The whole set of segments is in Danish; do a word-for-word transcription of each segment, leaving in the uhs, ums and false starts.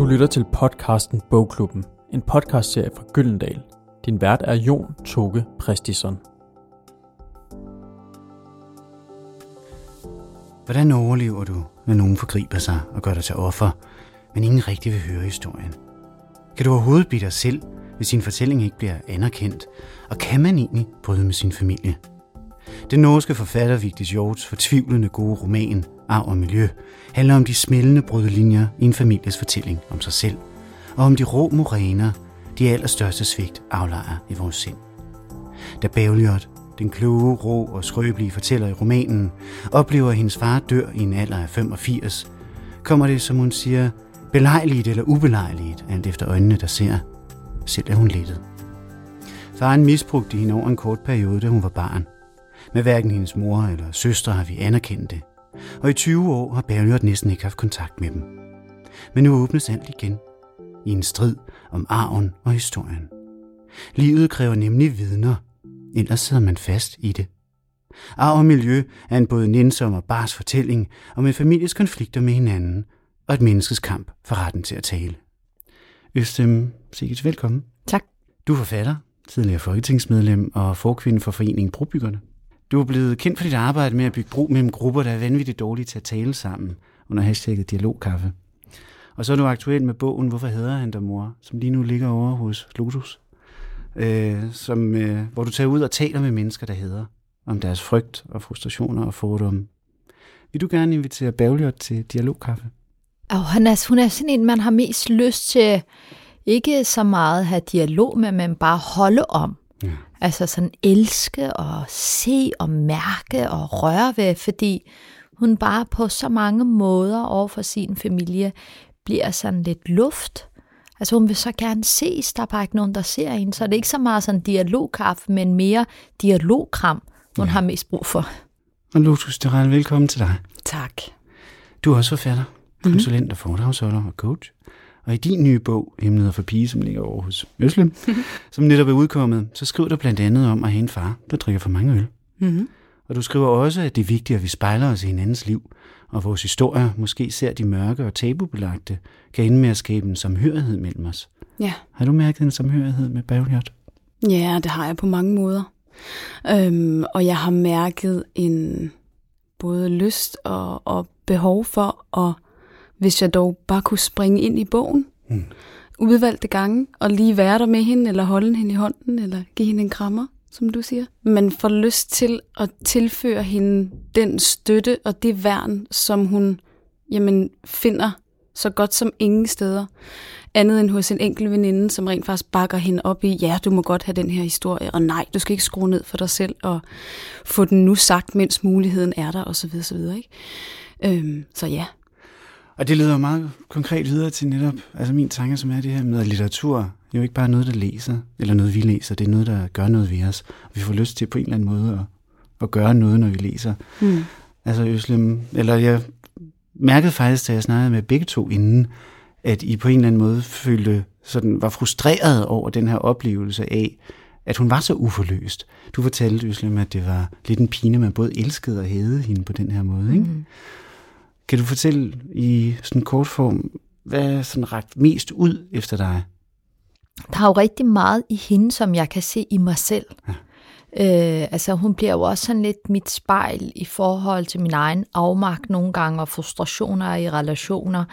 Du lytter til podcasten Bogklubben, en podcastserie fra Gyldendal. Din vært er Jon Toge Præstison. Hvordan overlever du, når nogen forgriber sig og gør dig til offer, men ingen rigtig vil høre historien? Kan du overhovedet blive dig selv, hvis din fortælling ikke bliver anerkendt? Og kan man egentlig bryde med sin familie? Den norske forfatter Vigdis Hjorts fortvivlende gode roman Arv og Miljø handler om de smældende brudlinjer i en families fortælling om sig selv, og om de rå moræner, de allerstørste svigt aflejrer i vores sind. Da Bergljot, den kloge, rå og skrøbelige fortæller i romanen, oplever, at hendes far dør i en alder af femogfirs, kommer det, som hun siger, belejligt eller ubelejligt, alt efter øjnene, der ser. Selv er hun lettet. Faren misbrugte hende over en kort periode, da hun var barn. Med hverken hendes mor eller søstre har vi anerkendt det. Og i tyve år har Bergljot næsten ikke haft kontakt med dem. Men nu åbnes alt igen. I en strid om arven og historien. Livet kræver nemlig vidner, ellers sidder man fast i det. Arv og Miljø er en både nænsom og bars fortælling om en families konflikter med hinanden og et menneskes kamp for retten til at tale. Østem Sigget, velkommen. Tak. Du er forfatter, tidligere folketingsmedlem og forkvinde for foreningen Brobyggerne. Du er blevet kendt for dit arbejde med at bygge bro mellem grupper, der er vanvittigt dårlige til at tale sammen under hashtagget Dialogkaffe. Og så er du aktuel med bogen Hvorfor hader han dig, mor?, som lige nu ligger over hos Lotus, øh, som, øh, hvor du tager ud og taler med mennesker, der hader, om deres frygt og frustrationer og fordomme. Vil du gerne invitere Bergljot til Dialogkaffe? Oh, hun, er, hun er sådan en, man har mest lyst til ikke så meget at have dialog med, men bare holde om. Ja. Altså sådan elske og se og mærke og røre ved, fordi hun bare på så mange måder overfor sin familie bliver sådan lidt luft. Altså hun vil så gerne ses, der er bare ikke nogen, der ser hende, så det er ikke så meget sådan dialogkaffe, men mere dialogkram, hun ja. har mest brug for. Og Lotus Derell, velkommen til dig. Tak. Du er også forfatter, konsulent mm-hmm. og foredragsholder og coach. Og i din nye bog, Hemmeligheder for pige, som ligger over hos Øslem, som netop er udkommet, så skriver du blandt andet om at have en far, der drikker for mange øl. Mm-hmm. Og du skriver også, at det er vigtigt, at vi spejler os i hinandens liv, og vores historier måske ser de mørke og tabubelagte, kan ende med at skabe en samhørighed mellem os. Ja. Har du mærket en samhørighed med Bergljot? Ja, det har jeg på mange måder. Øhm, og jeg har mærket en både lyst og, og behov for at, hvis jeg dog bare kunne springe ind i bogen, hmm. udvalgte gange, og lige være der med hende, eller holde hende i hånden, eller give hende en krammer, som du siger. Man får lyst til at tilføre hende den støtte og det værn, som hun jamen, finder så godt som ingen steder. Andet end hos en enkelt veninde, som rent faktisk bakker hende op i, ja, du må godt have den her historie, og nej, du skal ikke skrue ned for dig selv, og få den nu sagt, mens muligheden er der, osv. osv. Ikke? Øhm, så ja. Og det leder meget konkret videre til netop, altså min tanke, som er det her med, at litteratur er jo ikke bare noget, der læser, eller noget, vi læser, det er noget, der gør noget ved os. Og vi får lyst til på en eller anden måde at, at gøre noget, når vi læser. Mm. Altså Øslem, eller jeg mærkede faktisk, da jeg snakkede med begge to inden, at I på en eller anden måde følte, sådan, var frustreret over den her oplevelse af, at hun var så uforløst. Du fortalte, Øslem, at det var lidt en pine, man både elskede og hadede hende på den her måde, ikke? Mm. Kan du fortælle i sådan en kort form, hvad er sådan ret mest ud efter dig? Der er jo rigtig meget i hende, som jeg kan se i mig selv. Ja. Øh, altså hun bliver jo også sådan lidt mit spejl i forhold til min egen afmagt nogle gange, og frustrationer i relationer.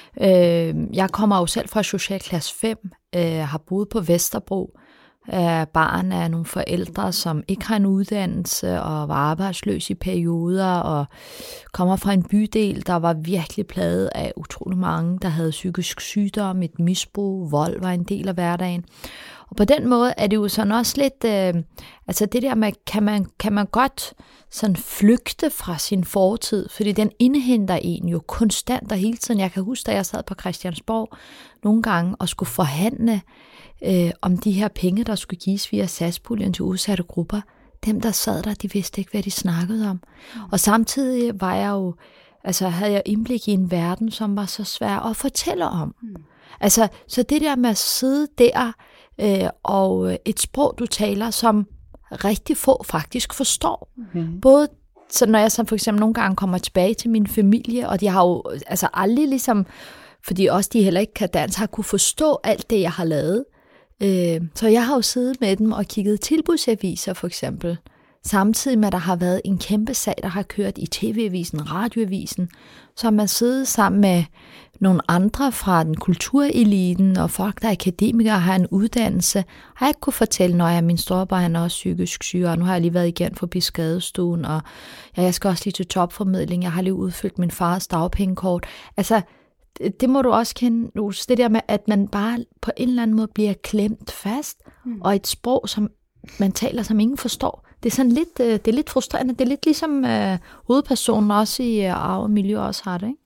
Øh, jeg kommer jo selv fra socialklasse fem, øh, har boet på Vesterbro, er barn af nogle forældre, som ikke har en uddannelse og var arbejdsløse i perioder, og kommer fra en bydel, der var virkelig plaget af utrolig mange, der havde psykisk sygdom, et misbrug, vold var en del af hverdagen. Og på den måde er det jo sådan også lidt, øh, altså det der med, kan man, kan man godt sådan flygte fra sin fortid, fordi den indhenter en jo konstant og hele tiden. Jeg kan huske, da jeg sad på Christiansborg nogle gange og skulle forhandle øh, om de her penge, der skulle gives via satspuljen til udsatte grupper. Dem, der sad der, de vidste ikke, hvad de snakkede om. Og samtidig var jeg jo, altså havde jeg indblik i en verden, som var så svær at fortælle om. Mm. Altså, så det der med at sidde der, øh, og et sprog, du taler, som rigtig få faktisk forstår. Mm. Både så når jeg så for eksempel nogle gange kommer tilbage til min familie, og de har jo altså aldrig ligesom fordi også de heller ikke kan danse, har kunne forstå alt det, jeg har lavet. Øh, så jeg har jo siddet med dem og kigget tilbudsaviser for eksempel, samtidig med, at der har været en kæmpe sag, der har kørt i tv-avisen, radioavisen, så har man siddet sammen med nogle andre fra den kultureliten, og folk, der er akademikere og har en uddannelse, har jeg ikke kunne fortælle, når jeg min storebror, han er også psykisk syg, og nu har jeg lige været igen forbi skadestuen, og ja, jeg skal også lige til topformidling, jeg har lige udfyldt min fars dagpengekort. Altså, det, det må du også kende, det der med, at man bare på en eller anden måde bliver klemt fast, mm. og et sprog, som man taler, som ingen forstår. Det er sådan lidt, det er lidt frustrerende. Det er lidt ligesom uh, hovedpersonen også i uh, Arv og Miljø også har det, ikke?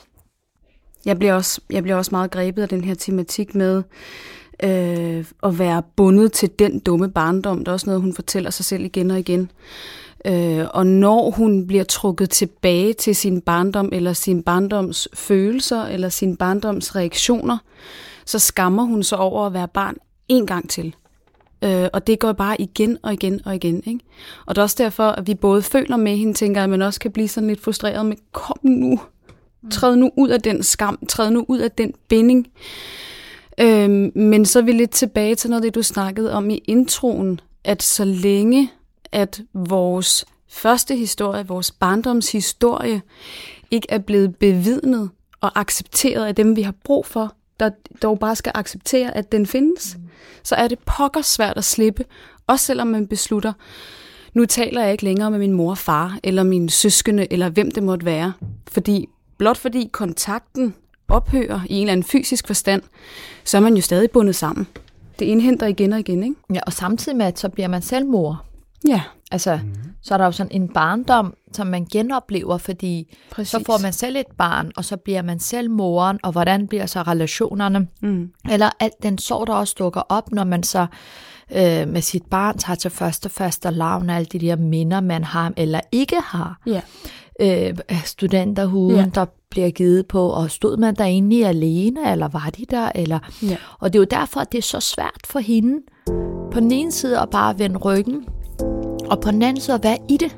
Jeg bliver også, jeg bliver også meget grebet af den her tematik med øh, at være bundet til den dumme barndom. Det er også noget, hun fortæller sig selv igen og igen. Øh, og når hun bliver trukket tilbage til sin barndom, eller sin barndoms følelser, eller sin barndoms reaktioner, så skammer hun sig over at være barn en gang til. Øh, og det går bare igen og igen og igen. Ikke? Og det er også derfor, at vi både føler med hende, tænker, at man også kan blive sådan lidt frustreret med, kom nu, træd nu ud af den skam, træd nu ud af den binding. Øhm, men så er vi lidt tilbage til noget af det, du snakkede om i introen, at så længe, at vores første historie, vores barndomshistorie, ikke er blevet bevidnet og accepteret af dem, vi har brug for, der dog bare skal acceptere, at den findes, mm. så er det pokker svært at slippe, også selvom man beslutter, nu taler jeg ikke længere med min mor og far, eller mine søskende, eller hvem det måtte være, fordi blot fordi kontakten ophører i en eller anden fysisk forstand, så er man jo stadig bundet sammen. Det indhenter igen og igen, ikke? Ja, og samtidig med, at så bliver man selv mor. Ja. Altså, mm. så er der jo sådan en barndom, som man genoplever, fordi Præcis. Så får man selv et barn, og så bliver man selv moren, og hvordan bliver så relationerne? Mm. Eller alt den sorg, der også dukker op, når man så øh, med sit barn tager til første første lavn af alle de der minder, man har eller ikke har. Ja. Øh, studenterhuden, ja. Der bliver givet på, og stod man der egentlig alene, eller var de der? Eller? Ja. Og det er jo derfor, at det er så svært for hende, på den ene side at bare vende ryggen, og på den anden side at være i det.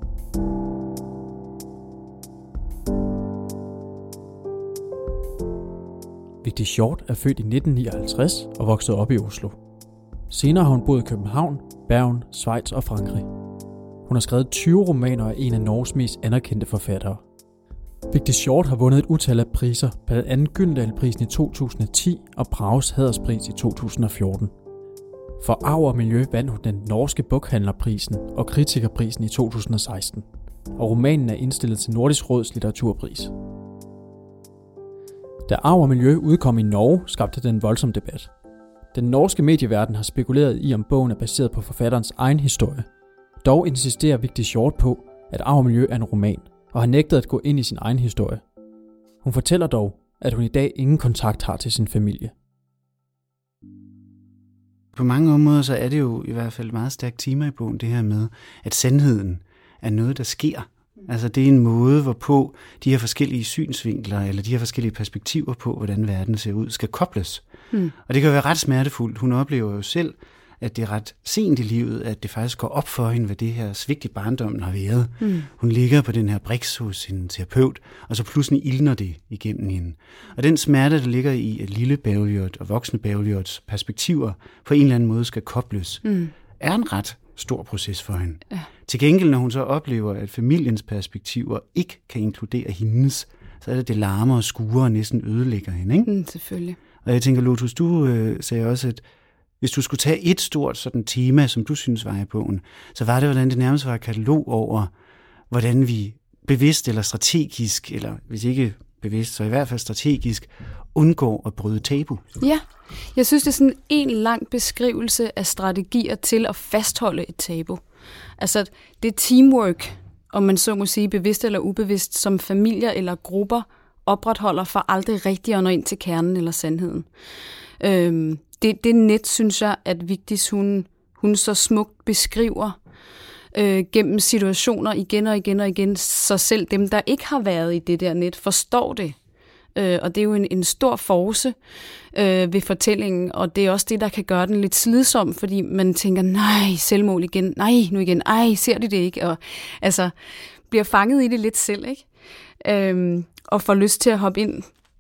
Vigdis Hjorth er født i nitten nioghalvtreds og voksede op i Oslo. Senere har hun boet i København, Bergen, Schweiz og Frankrig. Hun har skrevet tyve romaner og er en af Norges mest anerkendte forfattere. Vigdis Hjorth har vundet et utal af priser, blandt andet Gyldendalprisen i to tusind og ti og Prags Hæderspris i to tusind og fjorten. For Arv og Miljø vandt hun den norske boghandlerprisen og kritikerprisen i to tusind og seksten, og romanen er indstillet til Nordisk Råds litteraturpris. Da Arv og Miljø udkom i Norge, skabte den en voldsom debat. Den norske medieverden har spekuleret i, om bogen er baseret på forfatterens egen historie. Dog insisterer Vigdis Hjorth på, at Arv og Miljø er en roman, og har nægtet at gå ind i sin egen historie. Hun fortæller dog, at hun i dag ingen kontakt har til sin familie. På mange områder så er det jo i hvert fald et meget stærkt tema i bogen, det her med, at sandheden er noget, der sker. Altså det er en måde, hvorpå de her forskellige synsvinkler, eller de her forskellige perspektiver på, hvordan verden ser ud, skal kobles. Mm. Og det kan jo være ret smertefuldt. Hun oplever jo selv, at det er ret sent i livet, at det faktisk går op for hende, hvad det her svigt i barndommen har været. Mm. Hun ligger på den her briks hos en terapeut, og så pludselig ildner det igennem hende. Og den smerte, der ligger i, at lille Bergljot og voksne Bergljots perspektiver på en eller anden måde skal kobles, mm. er en ret stor proces for hende. Ja. Til gengæld, når hun så oplever, at familiens perspektiver ikke kan inkludere hendes, så er det, det larmer og skuer og næsten ødelægger hende. Ikke? Mm, selvfølgelig. Og jeg tænker, Lotus, du øh, sagde også, at hvis du skulle tage et stort sådan tema, som du synes var i bogen, så var det, hvordan det nærmest var et katalog over, hvordan vi bevidst eller strategisk, eller hvis ikke bevidst, så i hvert fald strategisk, undgår at bryde tabu. Ja, jeg synes, det er sådan en lang beskrivelse af strategier til at fastholde et tabu. Altså, det er teamwork, om man så må sige, bevidst eller ubevidst, som familier eller grupper opretholder for aldrig rigtig at nå ind til kernen eller sandheden. Øhm, det, det net, synes jeg, at Vigdis, hun, hun så smukt beskriver øh, gennem situationer igen og igen og igen, så selv dem, der ikke har været i det der net, forstår det. Øh, og det er jo en, en stor force øh, ved fortællingen, og det er også det, der kan gøre den lidt slidsom, fordi man tænker, nej, selvmål igen, nej, nu igen, ej, ser de det ikke? Og altså, bliver fanget i det lidt selv, ikke? Øh, og får lyst til at hoppe ind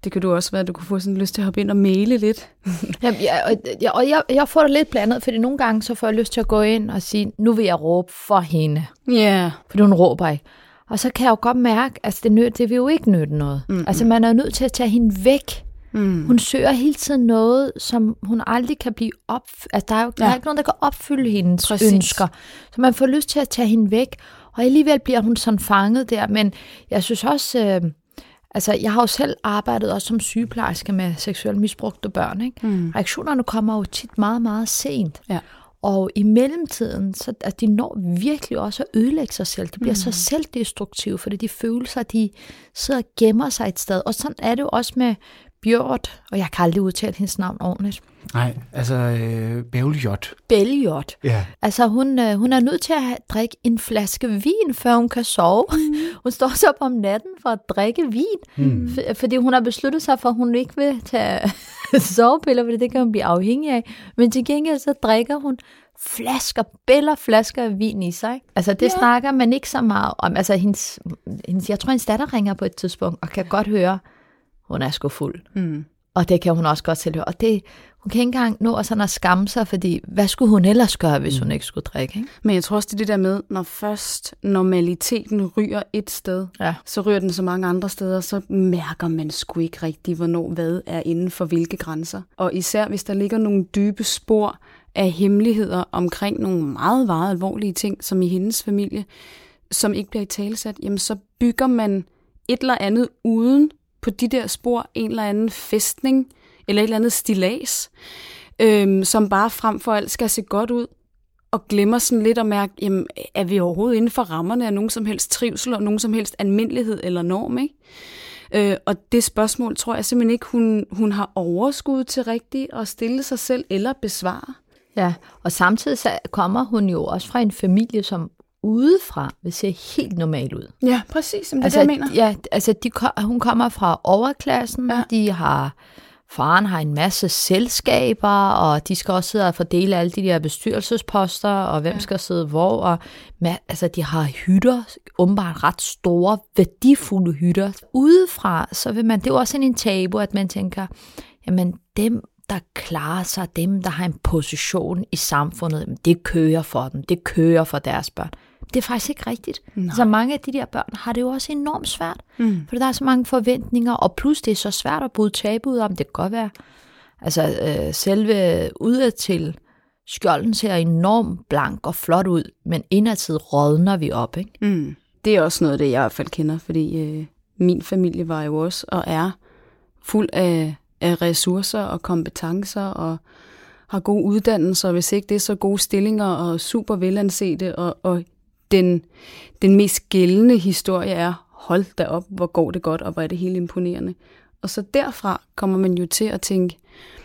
Det kan du også være, at du kunne få sådan lyst til at hoppe ind og male lidt. Jamen, ja, og jeg, og jeg, jeg får det lidt blandet, fordi nogle gange så får jeg lyst til at gå ind og sige, nu vil jeg råbe for hende. Ja. Yeah. Fordi hun råber ikke. Og så kan jeg jo godt mærke, at altså det, nød, det vil jo ikke nytte noget. Mm-hmm. Altså man er nødt til at tage hende væk. Mm. Hun søger hele tiden noget, som hun aldrig kan blive opfyldt. Altså der er jo ja. der er ikke nogen, der kan opfylde hendes Præcis. ønsker. Så man får lyst til at tage hende væk. Og alligevel bliver hun sådan fanget der. Men jeg synes også... Øh, Altså, jeg har jo selv arbejdet også som sygeplejerske med seksuelt misbrugte børn, ikke? Mm. Reaktionerne kommer jo tit meget, meget sent. Ja. Og i mellemtiden, så at de når virkelig også at ødelægge sig selv. De bliver mm. så selvdestruktive, fordi de følelser, de sidder og gemmer sig et sted. Og sådan er det jo også med Bjørt, og jeg kan aldrig udtale hendes navn ordentligt. Nej, altså øh, Bævljot. Bævljot. Ja. Altså hun, øh, hun er nødt til at have, drikke en flaske vin, før hun kan sove. Mm. Hun står så op om natten for at drikke vin, mm. for, fordi hun har besluttet sig for, at hun ikke vil tage sovepiller, fordi det kan hun blive afhængig af. Men til gengæld så drikker hun flasker, bæller flasker af vin i sig. Altså det yeah. snakker man ikke så meget om. Altså hendes, hendes, jeg tror, hendes datter ringer på et tidspunkt, og kan godt høre, hun er sgu fuld. Mm. Og det kan hun også godt selv høre. Og det, hun kan ikke engang nå at, sådan at skamme sig, fordi hvad skulle hun ellers gøre, hvis mm. hun ikke skulle drikke? Ikke? Men jeg tror også, det er det der med, når først normaliteten ryger et sted, ja. så ryger den så mange andre steder, så mærker man sgu ikke rigtigt, hvornår hvad er inden for hvilke grænser. Og især hvis der ligger nogle dybe spor af hemmeligheder omkring nogle meget, meget alvorlige ting, som i hendes familie, som ikke bliver italesat, jamen så bygger man et eller andet uden på de der spor, en eller anden fæstning, eller et eller andet stillads, øhm, som bare frem for alt skal se godt ud, og glemmer sådan lidt at mærke, jamen, er vi overhovedet inden for rammerne af nogen som helst trivsel, og nogen som helst almindelighed eller norm, ikke? Øh, og det spørgsmål tror jeg simpelthen ikke, hun, hun har overskud til rigtigt at stille sig selv eller besvare. Ja, og samtidig så kommer hun jo også fra en familie, som udefra vil se helt normalt ud. Ja, præcis, som det altså, der mener. Ja, altså de, hun kommer fra overklassen, ja. de har, faren har en masse selskaber, og de skal også sidde og fordele alle de der bestyrelsesposter, og hvem ja. skal sidde hvor, og med, altså de har hytter, åbenbart ret store, værdifulde hytter. Udefra, så vil man, det er jo også en tabu, at man tænker, jamen dem, der klarer sig, dem, der har en position i samfundet, det kører for dem, det kører for deres børn. Det er faktisk ikke rigtigt. Nej. Så mange af de der børn har det jo også enormt svært, mm. for der er så mange forventninger, og plus det er så svært at bryde tabuet om, det kan godt være. Altså øh, selve udadtil, skjolden ser enormt blank og flot ud, men indadtil rådner vi op, ikke? Mm. Det er også noget, det jeg i hvert fald kender, fordi øh, min familie var jo også og er fuld af af ressourcer og kompetencer og har gode uddannelser, og hvis ikke det er så gode stillinger og super velansete, og, og den, den mest gældende historie er, hold da op, hvor går det godt, og hvor er det helt imponerende. Og så derfra kommer man jo til at tænke,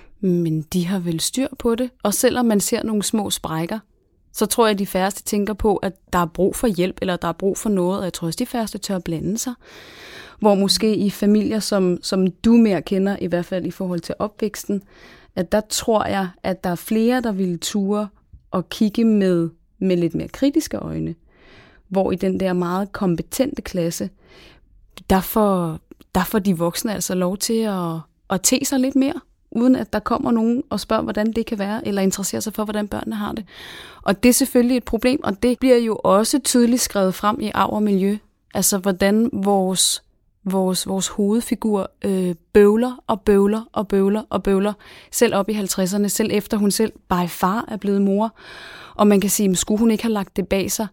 men de har vel styr på det, og selvom man ser nogle små sprækker, så tror jeg, at de færreste tænker på, at der er brug for hjælp, eller der er brug for noget, og jeg tror også, de færreste tør at blande sig. Hvor måske i familier, som, som du mere kender, i hvert fald i forhold til opvæksten, at der tror jeg, at der er flere, der vil ture og kigge med, med lidt mere kritiske øjne. Hvor i den der meget kompetente klasse, der får, der får de voksne altså lov til at, at te sig lidt mere, uden at der kommer nogen og spørger, hvordan det kan være, eller interesserer sig for, hvordan børnene har det. Og det er selvfølgelig et problem, og det bliver jo også tydeligt skrevet frem i Arv og Miljø. Altså, hvordan vores, vores, vores hovedfigur øh, bøvler og bøvler og bøvler og bøvler, selv op i halvtredserne, selv efter hun selv by far er blevet mor. Og man kan sige, skulle hun ikke have lagt det bag sig?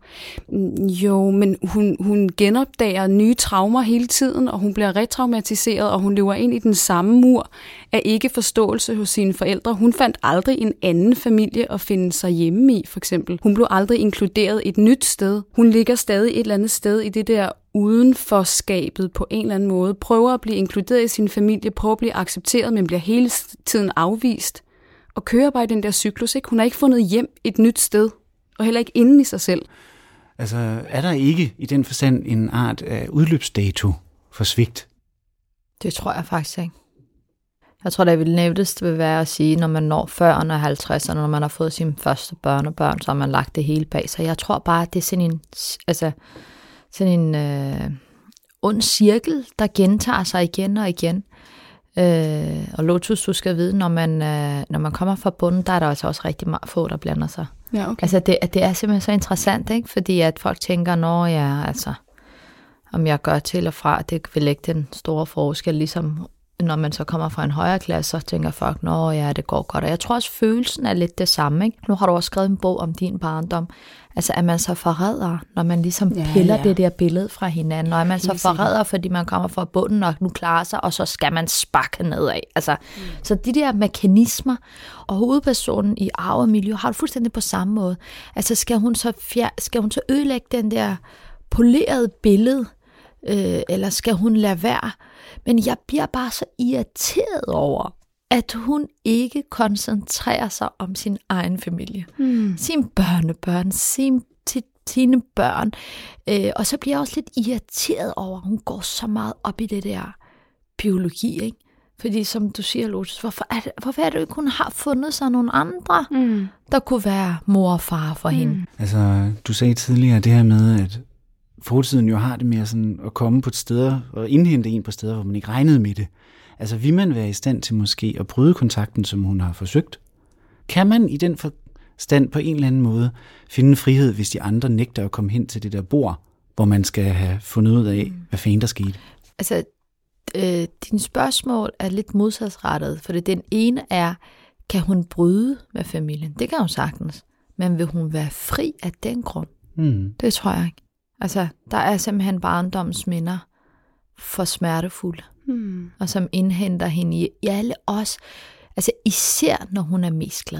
Jo, men hun, hun genopdager nye traumer hele tiden, og hun bliver retraumatiseret, og hun lever ind i den samme mur af ikke forståelse hos sine forældre. Hun fandt aldrig en anden familie at finde sig hjemme i, for eksempel. Hun blev aldrig inkluderet et nyt sted. Hun ligger stadig et eller andet sted i det der udenforskabet på en eller anden måde. Prøver at blive inkluderet i sin familie, prøver at blive accepteret, men bliver hele tiden afvist. Og kører bare i den der cyklus, ikke? Hun har ikke fundet hjem et nyt sted, og heller ikke inde i sig selv. Altså, er der ikke i den forstand en art af udløbsdato for svigt? Det tror jeg faktisk ikke. Jeg tror, det vil nævnest vil være at sige, når man når fyrrerne og halvtredserne, når man har fået sine første børn og børn, så har man lagt det hele bag sig. Jeg tror bare, at det er sådan en, altså, sådan en øh, ond cirkel, der gentager sig igen og igen. Øh, og Lotus, du skal vide, når man, øh, når man kommer fra bunden, der er der altså også rigtig meget få, der blander sig. Ja, okay. Altså det, det er simpelthen så interessant, ikke? Fordi at folk tænker, nå ja, altså, om jeg gør til og fra, det vil ikke den store forskel, ligesom når man så kommer fra en højere klasse, så tænker folk, nå ja, det går godt. Og jeg tror også, følelsen er lidt det samme, ikke? Nu har du også skrevet en bog om din barndom. Altså, er man så forræder, når man ligesom ja, piller ja. det der billede fra hinanden? Og er man så forræder, fordi man kommer fra bunden og nu klarer sig, og så skal man sparke nedad. Altså, mm. Så de der mekanismer, og hovedpersonen i Arv og Miljø har det fuldstændig på samme måde. Altså, skal hun så, fjer- skal hun så ødelægge den der polerede billede, øh, eller skal hun lade være? Men jeg bliver bare så irriteret over, at hun ikke koncentrerer sig om sin egen familie. Mm. Sine børnebørn, sin, sine børn. Øh, og så bliver jeg også lidt irriteret over, at hun går så meget op i det der biologi, ikke? Fordi som du siger, Lotus, hvorfor er det, hvorfor er det ikke, hun har fundet sig nogle andre, mm. der kunne være mor og far for mm. hende? Altså, du sagde tidligere det her med, at fortiden jo har det med sådan at komme på et sted og indhente en på steder, hvor man ikke regnede med det. Altså, vil man være i stand til måske at bryde kontakten, som hun har forsøgt? Kan man i den forstand på en eller anden måde finde frihed, hvis de andre nægter at komme hen til det der bord, hvor man skal have fundet ud af, hvad fanden der skete? Altså, øh, dine spørgsmål er lidt modsatsrettet, for det den ene er, kan hun bryde med familien? Det kan hun sagtens. Men vil hun være fri af den grund? Mm. Det tror jeg ikke. Altså, der er simpelthen barndommens minder for smertefulde, mm. og som indhenter hende i, i alle os. Altså, især når hun er mest glad.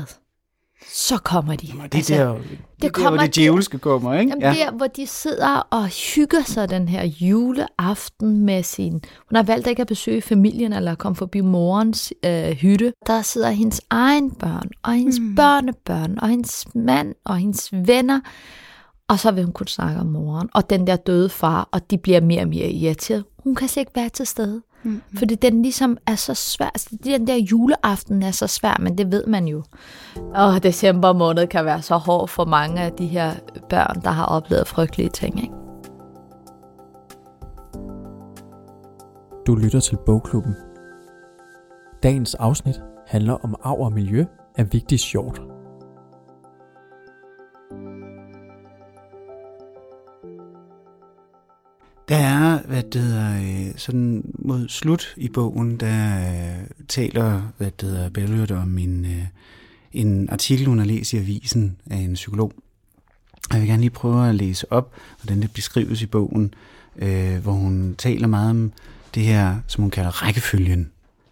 Så kommer de. Jamen, det er altså, der, det, det kommer der, hvor det djævelske kommer, ikke? Jamen, ja. Der, hvor de sidder og hygger sig den her juleaften med sin... Hun har valgt ikke at besøge familien, eller komme forbi morens øh, hytte. Der sidder hendes egen børn, og hendes mm. børnebørn, og hendes mand, og hendes venner. Og så vil hun kunne snakke om moren, og den der døde far, og de bliver mere og mere irriteret. Hun kan slet ikke være til stede, mm-hmm. fordi den ligesom er så svær. Altså, den der juleaften er så svær, men det ved man jo. Og december måned kan være så hård for mange af de her børn, der har oplevet frygtelige ting, ikke? Du lytter til Bogklubben. Dagens afsnit handler om arv og miljø af Vigdis Hjorth. Der er, hvad det hedder, sådan mod slut i bogen, der taler, hvad det hedder, Bergljot om en, en artikel, hun har læst i avisen af en psykolog. Jeg vil gerne lige prøve at læse op, hvordan det beskrives i bogen, hvor hun taler meget om det her, som hun kalder rækkefølgen.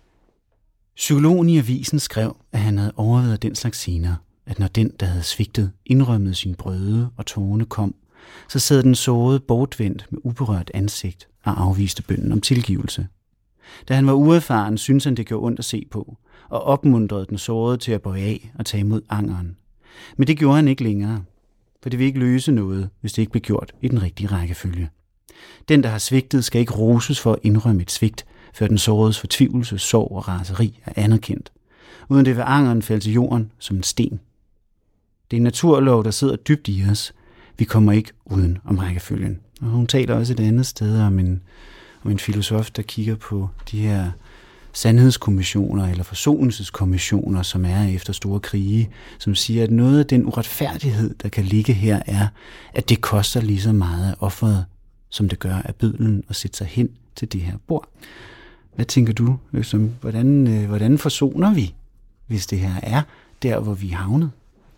Psykologen i avisen skrev, at han havde overvejet den slags scener, at når den, der havde svigtet, indrømmede sin brøde og tårne kom, så sad den sårede bortvendt med uberørt ansigt og afviste bønnen om tilgivelse. Da han var uerfaren, syntes han det gjorde ondt at se på, og opmuntrede den sårede til at bøje af og tage imod angeren. Men det gjorde han ikke længere, for det vil ikke løse noget, hvis det ikke bliver gjort i den rigtige rækkefølge. Den, der har svigtet, skal ikke roses for at indrømme et svigt, før den såredes fortvivlelse, sorg og raseri er anerkendt, uden det vil angeren falde til jorden som en sten. Det er en naturlov, der sidder dybt i os. Vi kommer ikke uden om rækkefølgen. Og hun taler også et andet sted om en, om en filosof, der kigger på de her sandhedskommissioner eller forsonelseskommissioner, som er efter store krige, som siger, at noget af den uretfærdighed, der kan ligge her, er, at det koster lige så meget af offeret, som det gør af bødlen at sætte sig hen til det her bord. Hvad tænker du? Hvordan, hvordan forsoner vi, hvis det her er der, hvor vi er havnet?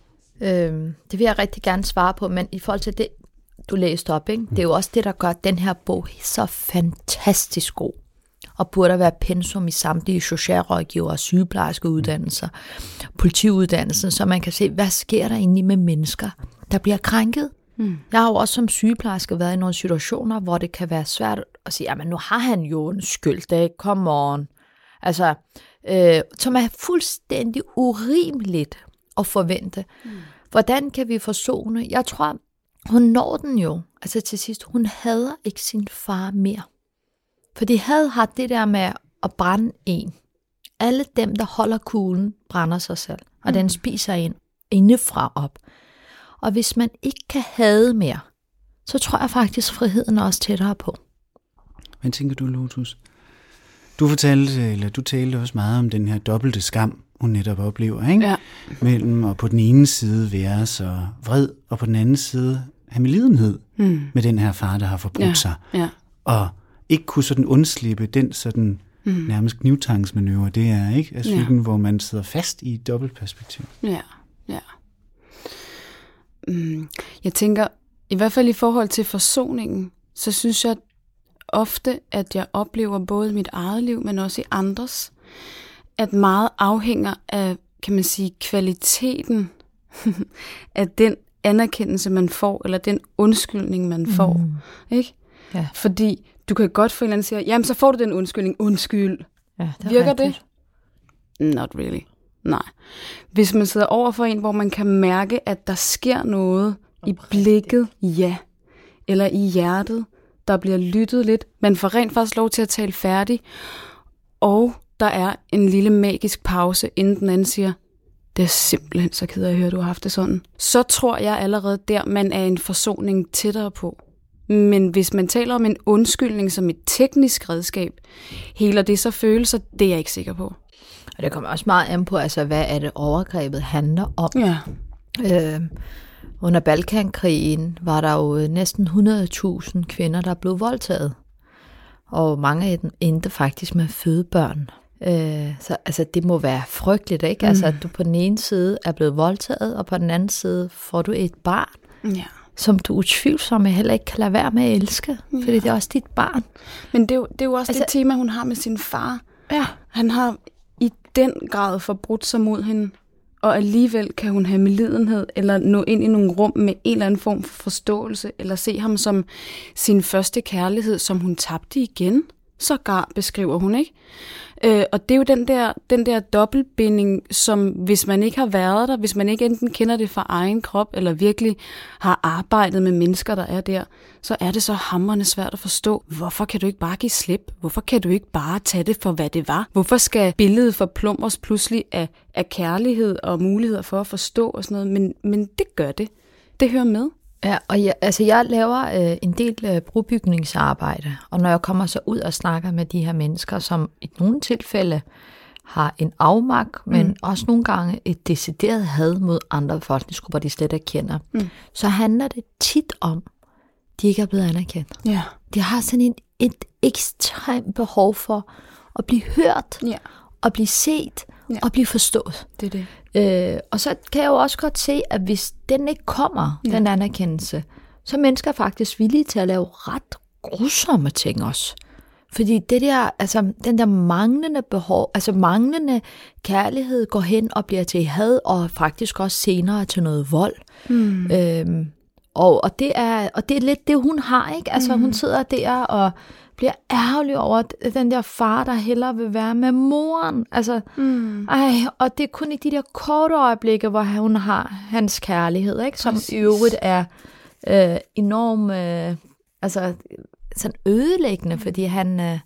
Øhm, det vil jeg rigtig gerne svare på, men i forhold til det, du læste op, ikke? Det er jo også det, der gør den her bog så fantastisk god, og burde være pensum i samtlige socialrådgiver og sygeplejerskeuddannelser, politiuddannelsen, så man kan se, hvad sker der egentlig med mennesker, der bliver krænket. Mm. Jeg har jo også som sygeplejerske været i nogle situationer, hvor det kan være svært at sige, jamen nu har han jo en skyld, det come on. Altså, øh, som er fuldstændig urimeligt at forvente. Mm. Hvordan kan vi forsone? Jeg tror, hun når den jo. Altså til sidst, hun hader ikke sin far mere. Fordi had har det der med at brænde en. Alle dem, der holder kuglen, brænder sig selv. Og mm. den spiser en indefra op. Og hvis man ikke kan hade mere, så tror jeg faktisk, friheden er også tættere på. Hvad tænker du, Lotus? Du fortalte, eller du talte også meget om den her dobbelte skam, hun netop oplever, ikke? Ja. Mellem at på den ene side være så vred, og på den anden side have medlidenhed mm. med den her far, der har forbrudt ja. sig. Ja. Og ikke kunne sådan undslippe den sådan mm. nærmest knivtangsmanøvre, det er, ikke? Altså ja. hvor man sidder fast i et dobbeltperspektiv. Ja, ja. Mm. Jeg tænker, i hvert fald i forhold til forsoningen, så synes jeg ofte, at jeg oplever både i mit eget liv, men også i andres, at meget afhænger af, kan man sige, kvaliteten af den anerkendelse, man får, eller den undskyldning, man får. Mm. Ikke? Ja. Fordi du kan godt få en eller anden sige, jamen så får du den undskyldning, undskyld. Ja, det Virker rigtigt. det? Not really. Nej. Hvis man sidder over for en, hvor man kan mærke, at der sker noget i blikket, ja, eller i hjertet, der bliver lyttet lidt, man får rent faktisk lov til at tale færdig, og der er en lille magisk pause, inden den anden siger, det er simpelthen så ked af at høre, at du har haft det sådan. Så tror jeg allerede der, man er en forsoning tættere på. Men hvis man taler om en undskyldning som et teknisk redskab, heler det så følelser, det er jeg ikke sikker på. Og det kommer også meget an på, altså, hvad er det overgrebet handler om. Ja. Øh, under Balkankrigen var der jo næsten hundrede tusind kvinder, der blev voldtaget. Og mange af dem endte faktisk med at føde børn. Øh, så altså, det må være frygteligt, ikke? Mm. Altså, at du på den ene side er blevet voldtaget, og på den anden side får du et barn, ja. som du utvivlsomt heller ikke kan lade være med at elske, ja. fordi det er også dit barn. Men det er jo, det er jo også altså, det tema, hun har med sin far. Ja. Han har i den grad forbrudt sig mod hende, og alligevel kan hun have medlidenhed, eller nå ind i nogle rum med en eller anden form for forståelse, eller se ham som sin første kærlighed, som hun tabte igen. Sågar beskriver hun, ikke? Øh, og det er jo den der, den der dobbeltbinding, som hvis man ikke har været der, hvis man ikke enten kender det fra egen krop, eller virkelig har arbejdet med mennesker, der er der, så er det så hamrende svært at forstå, hvorfor kan du ikke bare give slip? Hvorfor kan du ikke bare tage det for, hvad det var? Hvorfor skal billedet forplumres pludselig af, af kærlighed og muligheder for at forstå og sådan noget? Men, men det gør det. Det hører med. Ja, og jeg, altså jeg laver øh, en del øh, brobygningsarbejde, og når jeg kommer så ud og snakker med de her mennesker, som i nogle tilfælde har en afmagt, men mm. også nogle gange et decideret had mod andre befolkningsgrupper, de slet ikke kender, mm. så handler det tit om, de ikke er blevet anerkendt. Ja. De har sådan en, et ekstremt behov for at blive hørt, ja. at blive set, ja. og blive forstået. Det er det. Øh, og så kan jeg jo også godt se, at hvis den ikke kommer, ja. den anerkendelse, så er mennesker faktisk villige til at lave ret grusomme ting også. Fordi det der, altså den der manglende behov, altså manglende kærlighed går hen og bliver til had, og faktisk også senere til noget vold. Mm. Øhm, og, og, det er, og det er lidt det, hun har, ikke? Altså mm. hun sidder der og bliver ærgerlig over den der far, der hellere vil være med moren. Altså, mm. ej, og det er kun i de der korte øjeblikke, hvor hun har hans kærlighed, ikke? Som i øvrigt er øh, enormt øh, altså, sådan ødelæggende, fordi han, øh,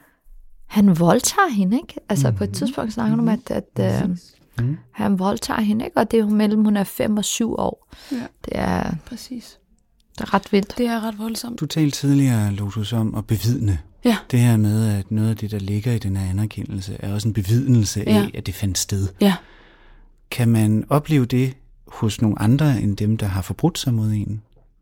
han voldtager hende, ikke? Altså mm. på et tidspunkt snakker hun om, at, at øh, mm. han voldtager hende, ikke? Og det er jo mellem, hun er fem og syv år. Ja. Det er... Præcis. Det er ret vildt. Det er ret voldsomt. Du talte tidligere, Lotus, om at bevidne. Ja. Det her med, at noget af det, der ligger i den her anerkendelse, er også en bevidnelse af, ja. at det fandt sted. Ja. Kan man opleve det hos nogle andre, end dem, der har forbrudt sig mod en?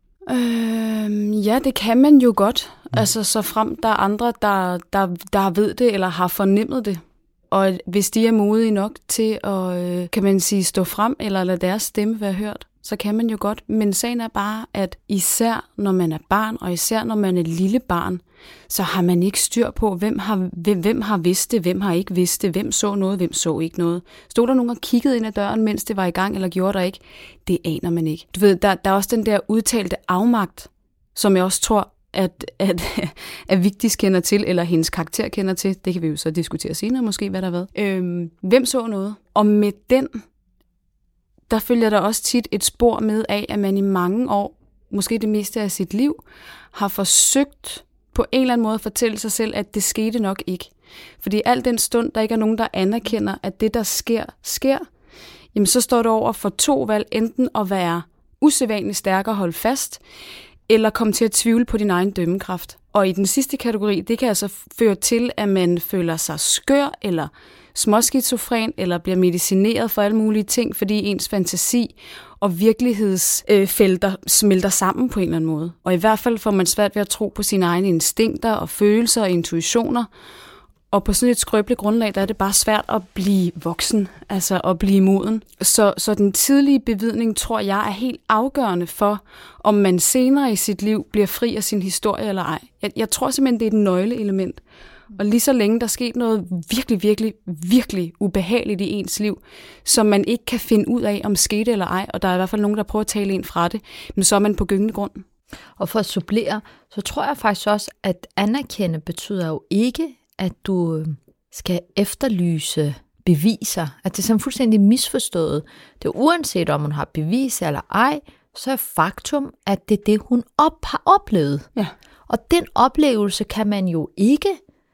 Øhm, ja, det kan man jo godt. Mm. Altså, så frem der er andre, der, der, der ved det, eller har fornemmet det. Og hvis de er modige nok til at, kan man sige, stå frem, eller lade deres stemme være hørt, så kan man jo godt. Men sagen er bare, at især når man er barn, og især når man er lille barn, så har man ikke styr på, hvem har, hvem, hvem har vidst det, hvem har ikke vidst det, hvem så noget, hvem så ikke noget. Stod der nogen og kiggede ind ad døren, mens det var i gang, eller gjorde der ikke? Det aner man ikke. Du ved, der, der er også den der udtalte afmagt, som jeg også tror, at, at, at Vigdis kender til, eller hendes karakter kender til. Det kan vi jo så diskutere senere måske, hvad der har været. Øhm, hvem så noget? Og med den, der følger der også tit et spor med af, at man i mange år, måske det meste af sit liv, har forsøgt på en eller anden måde at fortælle sig selv, at det skete nok ikke. Fordi al den stund, der ikke er nogen, der anerkender, at det, der sker, sker, jamen så står du over for to valg, enten at være usædvanligt stærk og holde fast, eller komme til at tvivle på din egen dømmekraft. Og i den sidste kategori, det kan altså føre til, at man føler sig skør, eller småskizofren, eller bliver medicineret for alle mulige ting, fordi ens fantasi og virkelighedsfelter øh, smelter sammen på en eller anden måde. Og i hvert fald får man svært ved at tro på sine egne instinkter og følelser og intuitioner. Og på sådan et skrøbeligt grundlag, der er det bare svært at blive voksen, altså at blive moden. Så, så den tidlige bevidning, tror jeg, er helt afgørende for, om man senere i sit liv bliver fri af sin historie eller ej. Jeg, jeg tror simpelthen, det er et nøgleelement. Og lige så længe der er sket noget virkelig, virkelig, virkelig ubehageligt i ens liv, som man ikke kan finde ud af, om skete eller ej, og der er i hvert fald nogen, der prøver at tale en fra det, men så er man på gyngende grund. Og for at supplere, så tror jeg faktisk også, at anerkende betyder jo ikke, at du skal efterlyse beviser. At det er sådan fuldstændig misforstået. Det er uanset om hun har beviser eller ej, så er faktum, at det er det, hun op har oplevet. Ja. Og den oplevelse kan man jo ikke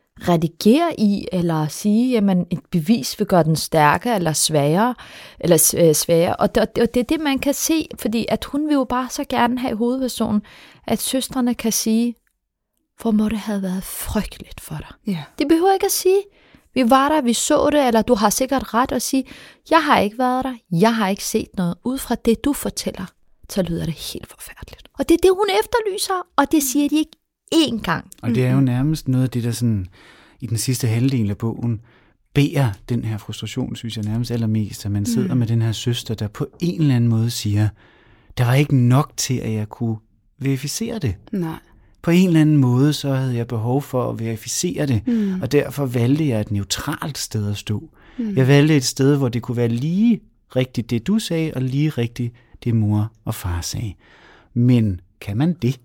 redigere i, eller sige, jamen et bevis vil gøre den stærkere eller sværere, eller sværere. Og det, og det er det, man kan se, fordi at hun vil jo bare så gerne have i hovedpersonen, at søstrene kan sige, hvor må det have været frygteligt for dig. Ja. Det behøver ikke at sige, vi var der, vi så det, eller du har sikkert ret at sige, jeg har ikke været der, jeg har ikke set noget. Ud fra det, du fortæller, så lyder det helt forfærdeligt. Og det er det, hun efterlyser, og det siger de ikke én gang. Og det er jo nærmest noget af det, der sådan, i den sidste halvdel af bogen, bærer den her frustration, synes jeg nærmest allermest, at man sidder mm. med den her søster, der på en eller anden måde siger, der var ikke nok til, at jeg kunne verificere det. Nej. På en eller anden måde, så havde jeg behov for at verificere det, mm. og derfor valgte jeg et neutralt sted at stå. Mm. Jeg valgte et sted, hvor det kunne være lige rigtigt det, du sagde, og lige rigtigt det, mor og far sagde. Men kan man det?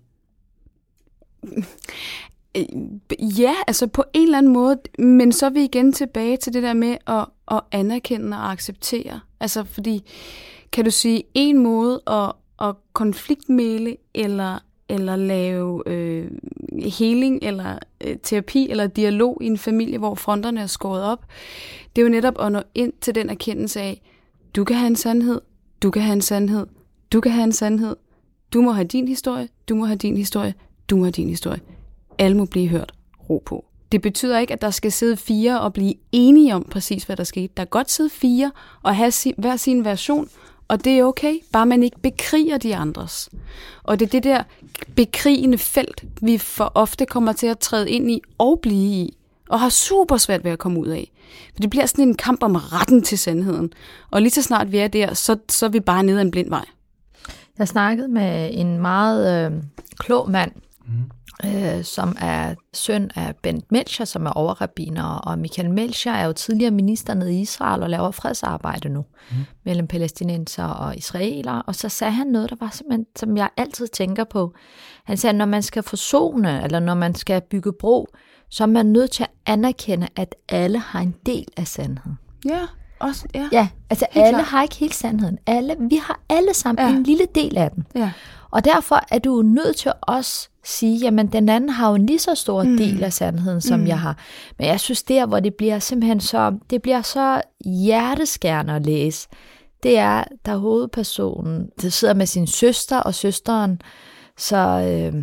Ja, altså på en eller anden måde, men så er vi igen tilbage til det der med at, at anerkende og acceptere. Altså fordi, kan du sige, en måde at, at konfliktmæle eller eller lave øh, healing, eller øh, terapi, eller dialog i en familie, hvor fronterne er skåret op. Det er jo netop at nå ind til den erkendelse af, du kan have en sandhed, du kan have en sandhed, du kan have en sandhed, du må have din historie, du må have din historie, du må have din historie. Alle må blive hørt. Ro på. Det betyder ikke, at der skal sidde fire og blive enige om præcis, hvad der skete. Der kan godt sidde fire og have si- hver sin version, og det er okay, bare man ikke bekriger de andres. Og det er det der bekrigende felt, vi for ofte kommer til at træde ind i og blive i, og har super svært ved at komme ud af. For det bliver sådan en kamp om retten til sandheden. Og lige så snart vi er der, så, så er vi bare nede ad en blind vej. Jeg snakkede med en meget øh, klog mand, mm. øh, som er søn af Bent Melcher, som er overrabbiner, og Michael Melcher er jo tidligere minister nede i Israel og laver fredsarbejde nu mm. mellem palæstinenser og israelere. Og så sagde han noget, der var simpelthen, som jeg altid tænker på. Han sagde, at når man skal forsone, eller når man skal bygge bro, så er man nødt til at anerkende, at alle har en del af sandheden. Ja, også, ja. Ja, altså helt alle klar. Har ikke hele sandheden. Alle, vi har alle sammen ja. En lille del af den. Ja. Og derfor er du nødt til at også sige, jamen den anden har jo en lige så stor mm. del af sandheden, som mm. jeg har. Men jeg synes der, hvor det bliver simpelthen så, det bliver så hjerteskærende at læse, det er, der hovedpersonen, der sidder med sin søster, og søsteren så øh,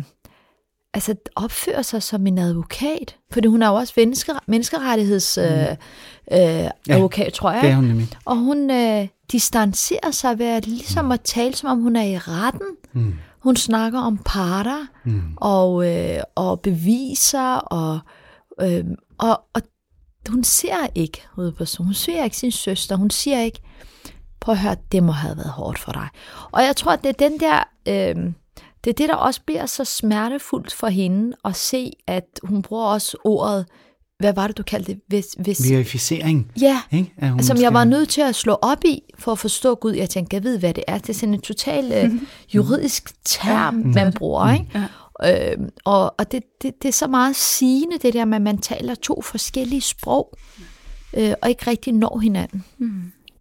altså opfører sig som en advokat. Fordi hun er jo også mennesker, menneskerettigheds øh, øh, advokat, ja, tror jeg. Det er hun nemlig. Og hun øh, distancerer sig ved at ligesom at tale, som om hun er i retten. Mm. Hun snakker om parter mm. og, øh, og beviser, og, øh, og, og hun ser ikke hovedpersonen. Hun ser ikke sin søster. Hun siger ikke, prøv at høre, det må have været hårdt for dig. Og jeg tror, at det er den der... Øh, det er det, der også bliver så smertefuldt for hende at se, at hun bruger også ordet, hvad var det, du kaldte det? Hvis, hvis... Verificering. Ja, ikke? Som skal... jeg var nødt til at slå op i, for at forstå Gud. Jeg tænkte, jeg ved, hvad det er. Det er sådan en total uh, juridisk term, mm. man bruger. Mm. Ikke? Ja. Øh, og og det, det, det er så meget sigende, det der med, at man taler to forskellige sprog, øh, og ikke rigtig når hinanden. Mm.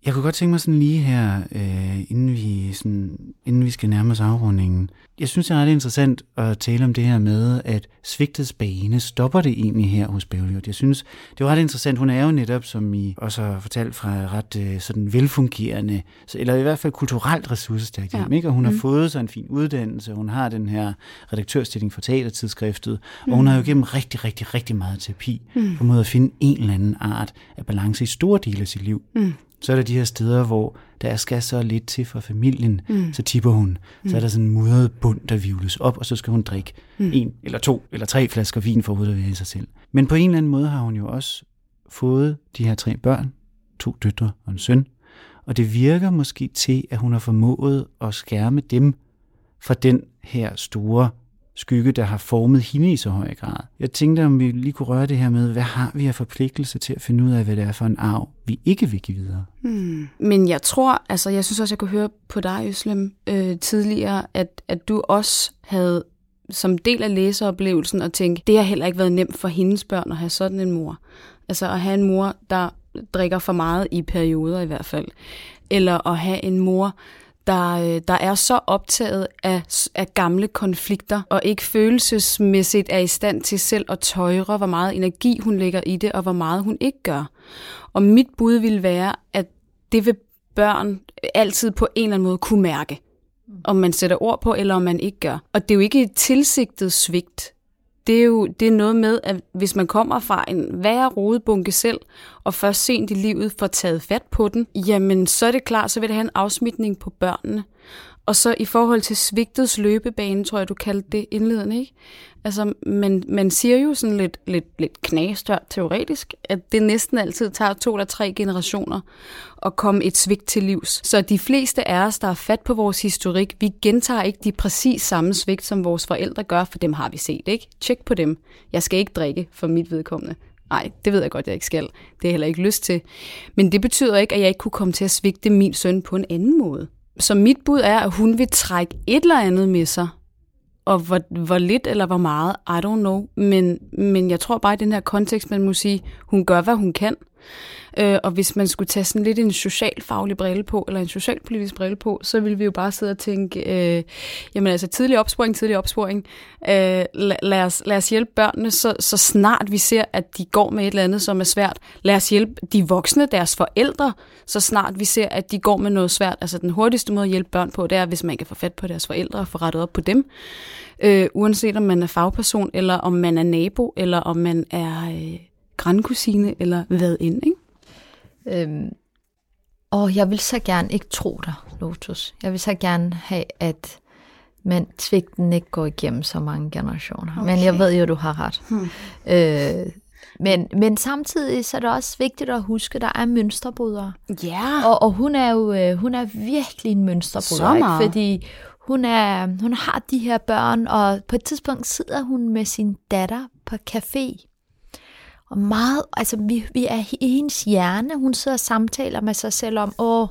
Jeg kunne godt tænke mig sådan lige her, øh, inden, vi sådan, inden vi skal nærme os afrundingen. Jeg synes, det er ret interessant at tale om det her med, at svigtets bane stopper det egentlig her hos Bergljot. Jeg synes, det var ret interessant. Hun er jo netop, som I også har fortalt, fra ret øh, sådan velfungerende, eller i hvert fald kulturelt ressourcestærkt hjem, ja. Ikke? Og hun mm. har fået sig en fin uddannelse, hun har den her redaktørstilling for teatertidsskriftet, mm. og hun har jo gennem rigtig, rigtig, rigtig meget terapi mm. på måde at finde en eller anden art af balance i store dele af sit liv. Mm. Så er der de her steder, hvor der skal så lidt til for familien, mm. så tipper hun. Så er der sådan en mudret bund, der vivles op, og så skal hun drikke mm. en eller to eller tre flasker vin for at være i sig selv. Men på en eller anden måde har hun jo også fået de her tre børn, to døtre og en søn, og det virker måske til, at hun har formået at skærme dem fra den her store skygge, der har formet hende i så høj grad. Jeg tænkte, om vi lige kunne røre det her med, hvad har vi af forpligtelse til at finde ud af, hvad det er for en arv, vi ikke vil give videre? Hmm. Men jeg tror, altså jeg synes også, jeg kunne høre på dig, Özlem, øh, tidligere, at, at du også havde som del af læseoplevelsen at tænke, det har heller ikke været nemt for hendes børn at have sådan en mor. Altså at have en mor, der drikker for meget i perioder i hvert fald. Eller at have en mor, Der, der er så optaget af, af gamle konflikter, og ikke følelsesmæssigt er i stand til selv at tøjre, hvor meget energi hun lægger i det, og hvor meget hun ikke gør. Og mit bud vil være, at det vil børn altid på en eller anden måde kunne mærke, om man sætter ord på, eller om man ikke gør. Og det er jo ikke et tilsigtet svigt. Det er jo det er noget med, at hvis man kommer fra en værre rodebunke selv, og først sent i livet får taget fat på den, jamen så er det klart, så vil det have en afsmitning på børnene. Og så i forhold til svigtets løbebane, tror jeg, du kaldte det indledende, ikke? Altså, man, man siger jo sådan lidt, lidt, lidt knastørt teoretisk, at det næsten altid tager to eller tre generationer at komme et svigt til livs. Så de fleste af os, der er fat på vores historik, vi gentager ikke de præcis samme svigt, som vores forældre gør, for dem har vi set, ikke? Tjek på dem. Jeg skal ikke drikke for mit vedkommende. Nej, det ved jeg godt, jeg ikke skal. Det er heller ikke lyst til. Men det betyder ikke, at jeg ikke kunne komme til at svigte min søn på en anden måde. Så mit bud er, at hun vil trække et eller andet med sig. Og hvor, hvor lidt eller hvor meget, I don't know. Men, men jeg tror bare i den her kontekst, man må sige, hun gør, hvad hun kan. Øh, og hvis man skulle tage sådan lidt en socialfaglig brille på, eller en socialpolitisk brille på, så ville vi jo bare sidde og tænke, øh, jamen altså tidlig opsporing, tidlig opsporing. Øh, lad, lad, os, lad os hjælpe børnene, så, så snart vi ser, at de går med et eller andet, som er svært. Lad os hjælpe de voksne, deres forældre, så snart vi ser, at de går med noget svært. Altså den hurtigste måde at hjælpe børn på, det er, hvis man kan få fat på deres forældre og få rettet op på dem. Øh, uanset om man er fagperson, eller om man er nabo, eller om man er øh, grandkusine, eller hvad end, ikke? Øhm, og jeg vil så gerne ikke tro dig, Lotus. Jeg vil så gerne have, at man svigten ikke går igennem så mange generationer. Okay. Men jeg ved jo, du har ret. Hmm. Øh, men, men samtidig så er det også vigtigt at huske, at der er mønsterbrydere. Ja. Yeah. Og, og hun er jo hun er virkelig en mønsterbryder, ikke? Fordi hun, er, hun har de her børn, og på et tidspunkt sidder hun med sin datter på café. Og meget, altså vi, vi er i hendes hjerne, hun sidder og samtaler med sig selv om, åh,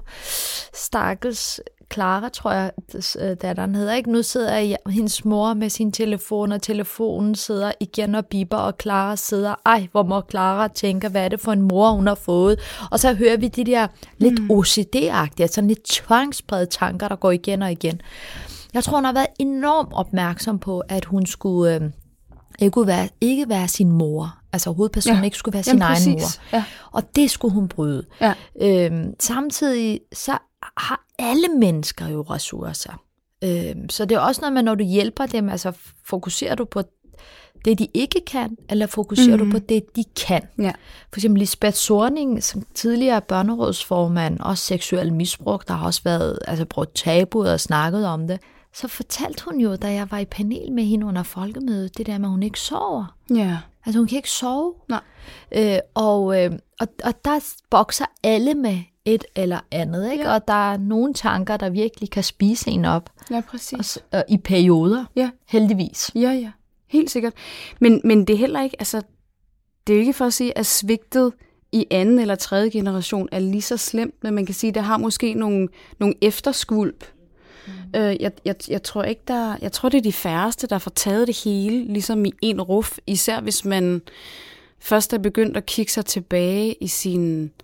stakkels Clara, tror jeg, datteren hedder, ikke? Nu sidder jeg, hendes mor med sin telefon, og telefonen sidder igen og biber, og Clara sidder, ej, hvor må Clara tænke, hvad er det for en mor, hun har fået? Og så hører vi de der lidt mm. O C D-agtige, altså lidt tvangsprægede tanker, der går igen og igen. Jeg tror, hun har været enormt opmærksom på, at hun skulle øh, ikke, være, ikke være sin mor. Altså hovedpersonen ja. ikke skulle være sin Jamen, egen mor. Ja. Og det skulle hun bryde. Ja. Øhm, samtidig så har alle mennesker jo ressourcer. Øhm, så det er også noget med, når du hjælper dem, altså fokuserer du på det, de ikke kan, eller fokuserer mm-hmm. du på det, de kan. Ja. For eksempel Lisbeth Zornig, som tidligere børnerådsformand, også seksuel misbrug, der har også været altså, brugt tabuet og snakket om det. Så fortalte hun jo, da jeg var i panel med hende under folkemødet, det der med, at hun ikke sover. Ja. Altså hun kan ikke sove. Nej. Øh, og, øh, og, og der bokser alle med et eller andet, ikke? Ja. Og der er nogle tanker, der virkelig kan spise en op. Ja, præcis. Og, og i perioder, ja. Heldigvis. Ja, ja. Helt sikkert. Men, men det er heller ikke, altså, det er jo ikke for at sige, at svigtet i anden eller tredje generation er lige så slemt, men man kan sige, at det har måske nogle, nogle efterskvulp. Mm. Øh, jeg, jeg, jeg tror ikke, der, jeg tror, det er de færreste, der får taget det hele, ligesom i en ruf, især hvis man først er begyndt at kigge sig tilbage i sin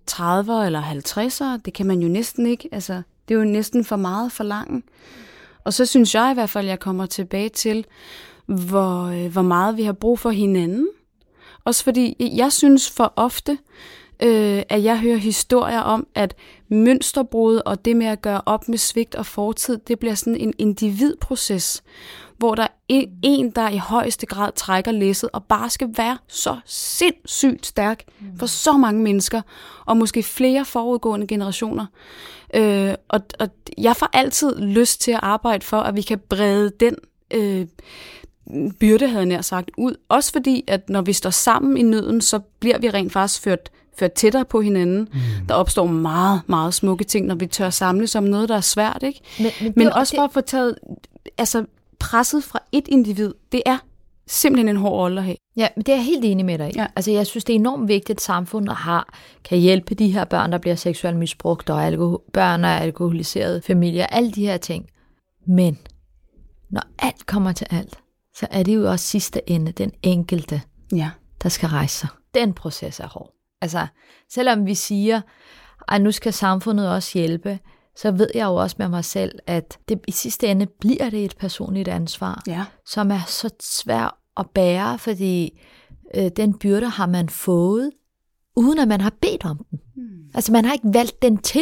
trediverne eller halvtredserne. Det kan man jo næsten ikke. Altså, det er jo næsten for meget for langt. Og så synes jeg i hvert fald, at jeg kommer tilbage til, hvor, hvor meget vi har brug for hinanden. Også fordi jeg synes for ofte, øh, at jeg hører historier om, at mønsterbrud og det med at gøre op med svigt og fortid, det bliver sådan en individproces, hvor der er en, der i højeste grad trækker læsset og bare skal være så sindssygt stærk for så mange mennesker, og måske flere forudgående generationer. Øh, og, og jeg får altid lyst til at arbejde for, at vi kan brede den øh, byrde, havde jeg nær sagt, ud. Også fordi, at når vi står sammen i nøden, så bliver vi rent faktisk ført, ført tættere på hinanden. Mm. Der opstår meget, meget smukke ting, når vi tør samles om noget, der er svært, ikke? Men, men, men også for at få taget altså, presset fra et individ, det er simpelthen en hård rolle at have. Ja, men det er jeg helt enig med dig i. Ja. Altså, jeg synes, det er enormt vigtigt, at samfundet har, kan hjælpe de her børn, der bliver seksuelt misbrugt, og alkohol, børn af alkoholiserede familier, alle de her ting. Men når alt kommer til alt, så er det jo også sidste ende den enkelte, ja. Der skal rejse sig. Den proces er hård. Altså, selvom vi siger, at nu skal samfundet også hjælpe, så ved jeg jo også med mig selv, at det, i sidste ende bliver det et personligt ansvar, ja. Som er så svært at bære, fordi øh, den byrde har man fået, uden at man har bedt om den. Hmm. Altså, man har ikke valgt den til.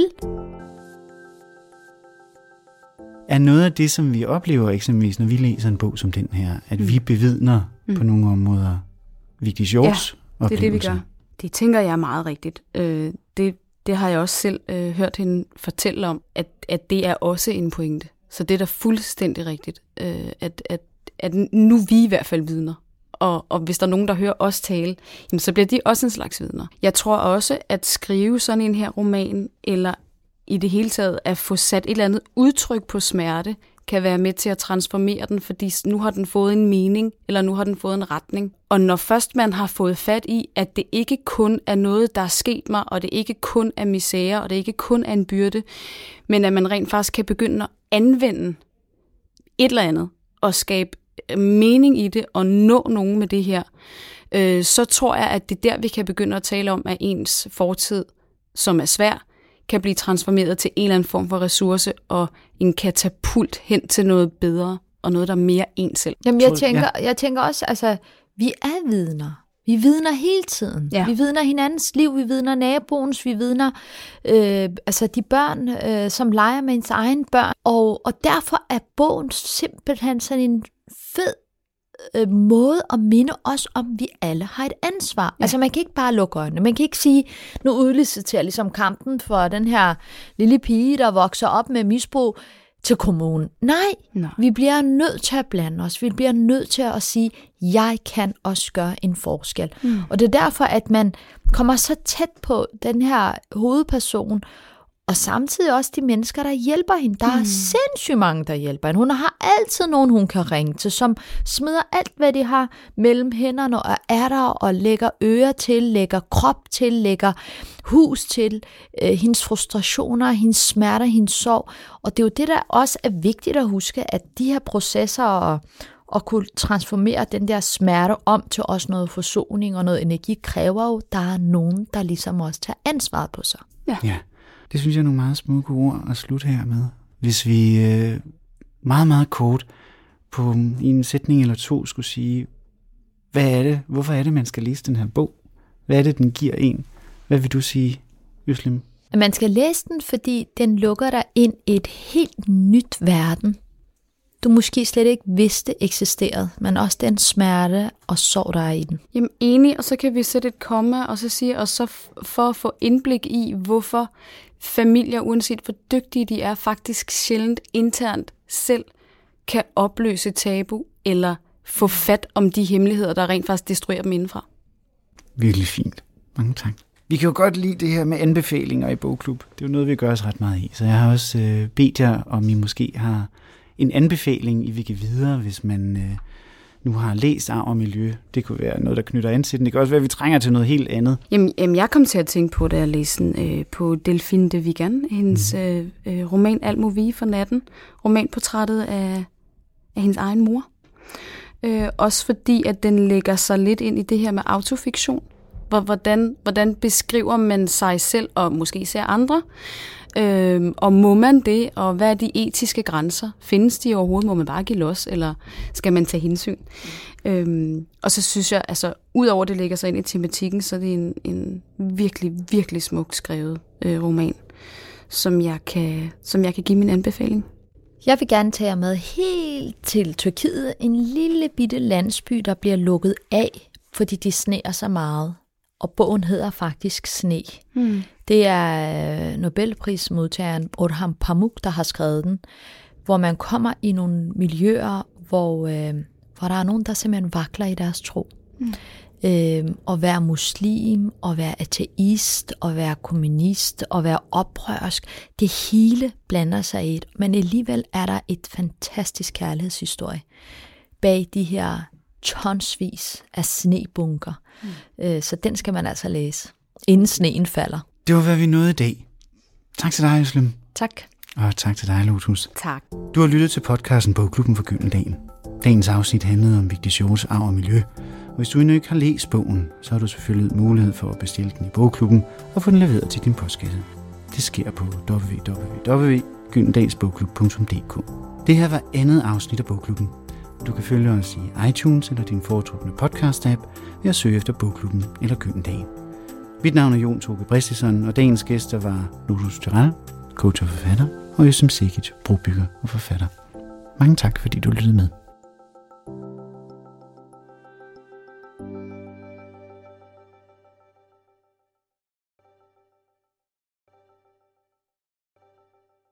Er noget af det, som vi oplever eksempelvis, når vi læser en bog som den her, at mm. vi bevidner mm. på nogle områder Vigdis Hjorts ja, det er det, vi gør. Det tænker jeg er meget rigtigt. Øh, det, det har jeg også selv øh, hørt hende fortælle om, at, at det er også en pointe. Så det er da fuldstændig rigtigt, øh, at, at, at nu vi i hvert fald vidner. Og, og hvis der er nogen, der hører os tale, jamen, så bliver de også en slags vidner. Jeg tror også, at skrive sådan en her roman, eller i det hele taget at få sat et eller andet udtryk på smerte, kan være med til at transformere den, fordi nu har den fået en mening, eller nu har den fået en retning. Og når først man har fået fat i, at det ikke kun er noget, der er sket mig, og det ikke kun er misære, og det ikke kun er en byrde, men at man rent faktisk kan begynde at anvende et eller andet, og skabe mening i det, og nå nogen med det her, øh, så tror jeg, at det er der, vi kan begynde at tale om, at ens fortid, som er svær, kan blive transformeret til en eller anden form for ressource og en katapult hen til noget bedre og noget, der er mere en selv. Jamen, jeg tænker, ja. jeg tænker også, altså, vi er vidner. Vi vidner hele tiden. Ja. Vi vidner hinandens liv, vi vidner naboens, vi vidner øh, altså de børn, øh, som leger med ens egen børn. Og, og derfor er bogen simpelthen sådan en fed øh, måde at minde os om, at vi alle har et ansvar. Ja. Altså man kan ikke bare lukke øjnene. Man kan ikke sige, nu udliciterer ligesom kampen for den her lille pige, der vokser op med misbrug til kommunen. Nej, Nej, vi bliver nødt til at blande os. Vi bliver nødt til at sige, jeg kan også gøre en forskel. Mm. Og det er derfor, at man kommer så tæt på den her hovedperson, og samtidig også de mennesker, der hjælper hende. Der er mm. sindssygt mange, der hjælper hende. Hun har altid nogen, hun kan ringe til, som smider alt, hvad de har mellem hænderne, og er der, og lægger ører til, lægger krop til, lægger hus til, øh, hendes frustrationer, hendes smerter, hendes sorg. Og det er jo det, der også er vigtigt at huske, at de her processer og at kunne transformere den der smerte om til også noget forsoning og noget energi, kræver jo, der er nogen, der ligesom også tager ansvaret på sig. Ja. ja. Det synes jeg er nogle meget smukke ord at slutte her med. Hvis vi øh, meget, meget kort på i en sætning eller to skulle sige, hvad er det, hvorfor er det, man skal læse den her bog? Hvad er det, den giver en? Hvad vil du sige, Özlem? Man skal læse den, fordi den lukker dig ind i et helt nyt verden. Du måske slet ikke vidste eksisterede, men også den smerte og sorg, der er i den. Jamen enig, og så kan vi sætte et komma, og så sige, og så for at få indblik i, hvorfor familier, uanset hvor dygtige de er, faktisk sjældent internt selv kan opløse tabu, eller få fat om de hemmeligheder, der rent faktisk destruerer dem indenfra. Virkelig fint. Mange tak. Vi kan jo godt lide det her med anbefalinger i bogklub. Det er jo noget, vi gør os ret meget i. Så jeg har også øh, bedt jer, om I måske har en anbefaling, I vil give videre, hvis man øh, nu har læst Arv og Miljø. Det kunne være noget, der knytter an til den. Det kan også være, at vi trænger til noget helt andet. Jamen, jamen jeg kom til at tænke på, da jeg læste den, øh, på Delphine de Vigan, hendes mm. øh, øh, roman Alt må vige for natten. Romanportrættet af, af hendes egen mor. Øh, også fordi, at den lægger sig lidt ind i det her med autofiktion. Hvordan, hvordan beskriver man sig selv, og måske især andre? Øhm, og må man det, og hvad er de etiske grænser? Findes de overhovedet? Må man bare give los, eller skal man tage hensyn? Mm. Øhm, og så synes jeg, altså, udover det ligger sig ind i tematikken, så er det en, en virkelig, virkelig smukt skrevet øh, roman, som jeg, kan, som jeg kan give min anbefaling. Jeg vil gerne tage jer med helt til Tyrkiet, en lille bitte landsby, der bliver lukket af, fordi de sneer så meget. Og bogen hedder faktisk Sne. Mm. Det er Nobelprismodtageren Orhan Pamuk, der har skrevet den, hvor man kommer i nogle miljøer, hvor, øh, hvor der er nogen, der simpelthen vakler i deres tro. Mm. Øh, at være muslim, at være ateist, at være kommunist, at være oprørsk. Det hele blander sig i et, men alligevel er der et fantastisk kærlighedshistorie bag de her tonsvis af snebunker. Mm. Øh, så den skal man altså læse, inden sneen falder. Det var, hvad vi nåede i dag. Tak til dig, Özlem. Tak. Og tak til dig, Lotus. Tak. Du har lyttet til podcasten Bogklubben for Gyldendal. Dagens afsnit handlede om Vigdis Hjorts arv og miljø. Og hvis du endnu ikke har læst bogen, så har du selvfølgelig mulighed for at bestille den i Bogklubben og få den leveret til din postkasse. Det sker på w w w punktum gyldendalsbogklub punktum d k. Det her var andet afsnit af Bogklubben. Du kan følge os i iTunes eller din foretrukne podcast-app ved at søge efter Bogklubben eller Gyldendal. Mit navn er Jon Toke Bristison, og dagens gæster var Lotus Tural, coach og forfatter, og Özlem Cekic, brobygger og forfatter. Mange tak, fordi du lyttede med.